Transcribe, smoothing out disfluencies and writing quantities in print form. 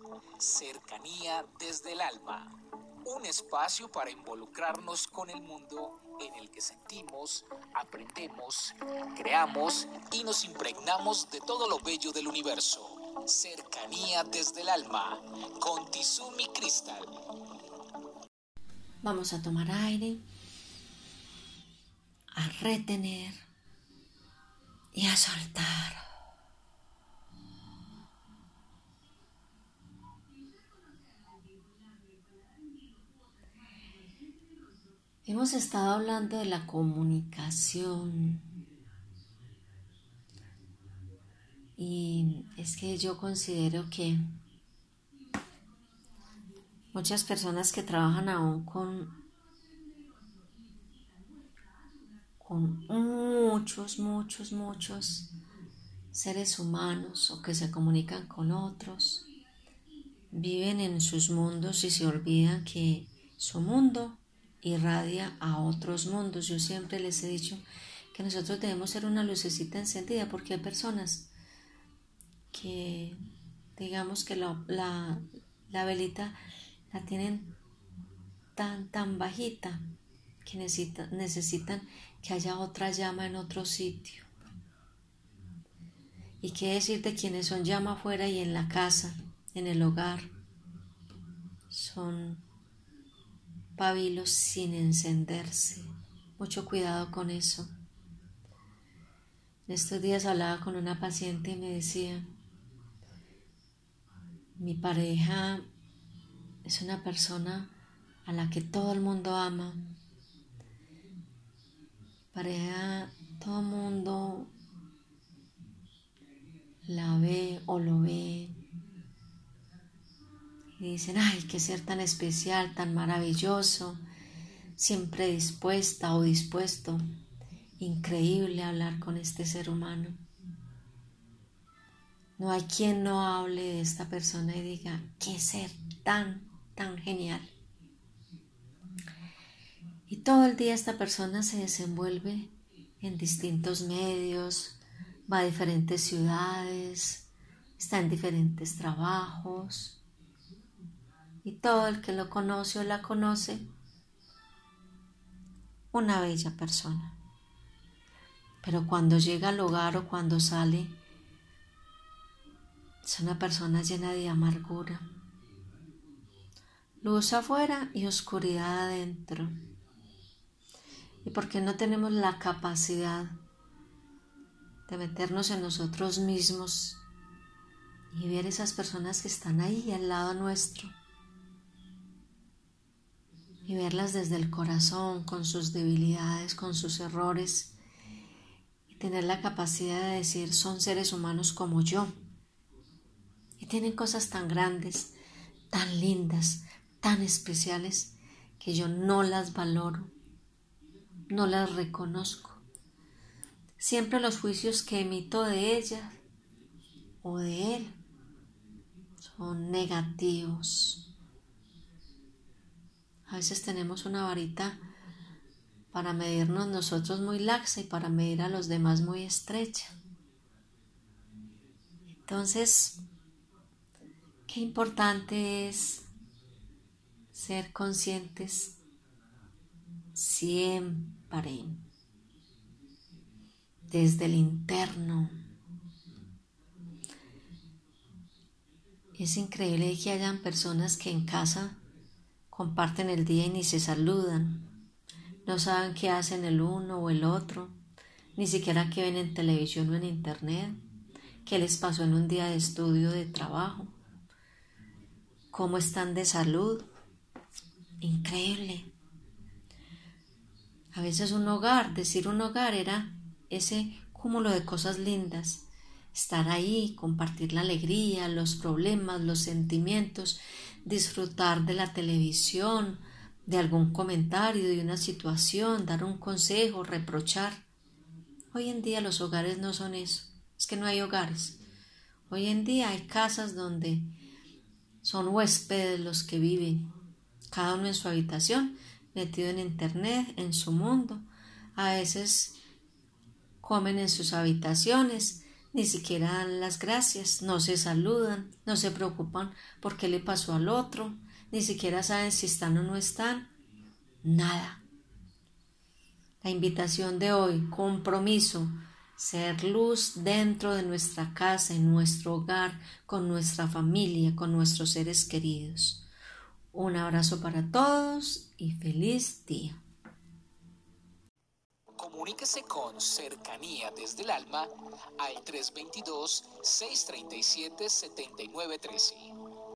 Cercanía desde el alma. Un espacio para involucrarnos con el mundo en el que sentimos, aprendemos, creamos y nos impregnamos de todo lo bello del universo. Cercanía desde el alma, con Tizumi Crystal. Vamos a tomar aire, a retener y a soltar. Hemos estado hablando de la comunicación y es que yo considero que muchas personas que trabajan aún con muchos seres humanos o que se comunican con otros, viven en sus mundos y se olvidan que su mundo irradia a otros mundos. Yo siempre les he dicho que nosotros debemos ser una lucecita encendida, porque hay personas que, digamos que la velita la tienen tan bajita que necesitan que haya otra llama en otro sitio. ¿Y qué decir de quienes son llama afuera y en la casa, en el hogar? Son pabilos sin encenderse. Mucho cuidado con eso. En estos días hablaba con una paciente y me decía: mi pareja es una persona a la que todo el mundo ama. Pareja, todo el mundo la ve o lo ve y dicen: ay, qué ser tan especial, tan maravilloso, siempre dispuesta o dispuesto. Increíble hablar con este ser humano. No hay quien no hable de esta persona y diga: qué ser tan genial. Y todo el día esta persona se desenvuelve en distintos medios, va a diferentes ciudades, está en diferentes trabajos. Y todo el que lo conoce o la conoce, una bella persona. Pero cuando llega al hogar o cuando sale, es una persona llena de amargura. Luz afuera y oscuridad adentro. ¿Y por qué no tenemos la capacidad de meternos en nosotros mismos y ver esas personas que están ahí al lado nuestro? Y verlas desde el corazón, con sus debilidades, con sus errores, y tener la capacidad de decir: son seres humanos como yo, y tienen cosas tan grandes, tan lindas, tan especiales, que yo no las valoro, no las reconozco. Siempre los juicios que emito de ella o de él son negativos. A veces tenemos una varita para medirnos nosotros muy laxa y para medir a los demás muy estrecha. Entonces, qué importante es ser conscientes siempre, desde el interno. Es increíble que hayan personas que en casa comparten el día y ni se saludan. No saben qué hacen el uno o el otro, ni siquiera qué ven en televisión o en internet, qué les pasó en un día de estudio, de trabajo, cómo están de salud. Increíble. A veces decir un hogar era ese cúmulo de cosas lindas, estar ahí, compartir la alegría, los problemas, los sentimientos, disfrutar de la televisión, de algún comentario, de una situación, dar un consejo, reprochar. Hoy en día los hogares no son eso, es que no hay hogares. Hoy en día hay casas donde son huéspedes los que viven, cada uno en su habitación, metido en internet, en su mundo. A veces comen en sus habitaciones, Ni siquiera dan las gracias, no se saludan, no se preocupan por qué le pasó al otro, ni siquiera saben si están o no están. Nada. La invitación de hoy, compromiso, ser luz dentro de nuestra casa, en nuestro hogar, con nuestra familia, con nuestros seres queridos. Un abrazo para todos y feliz día. Comuníquese con Cercanía desde el Alma al 322-637-7913.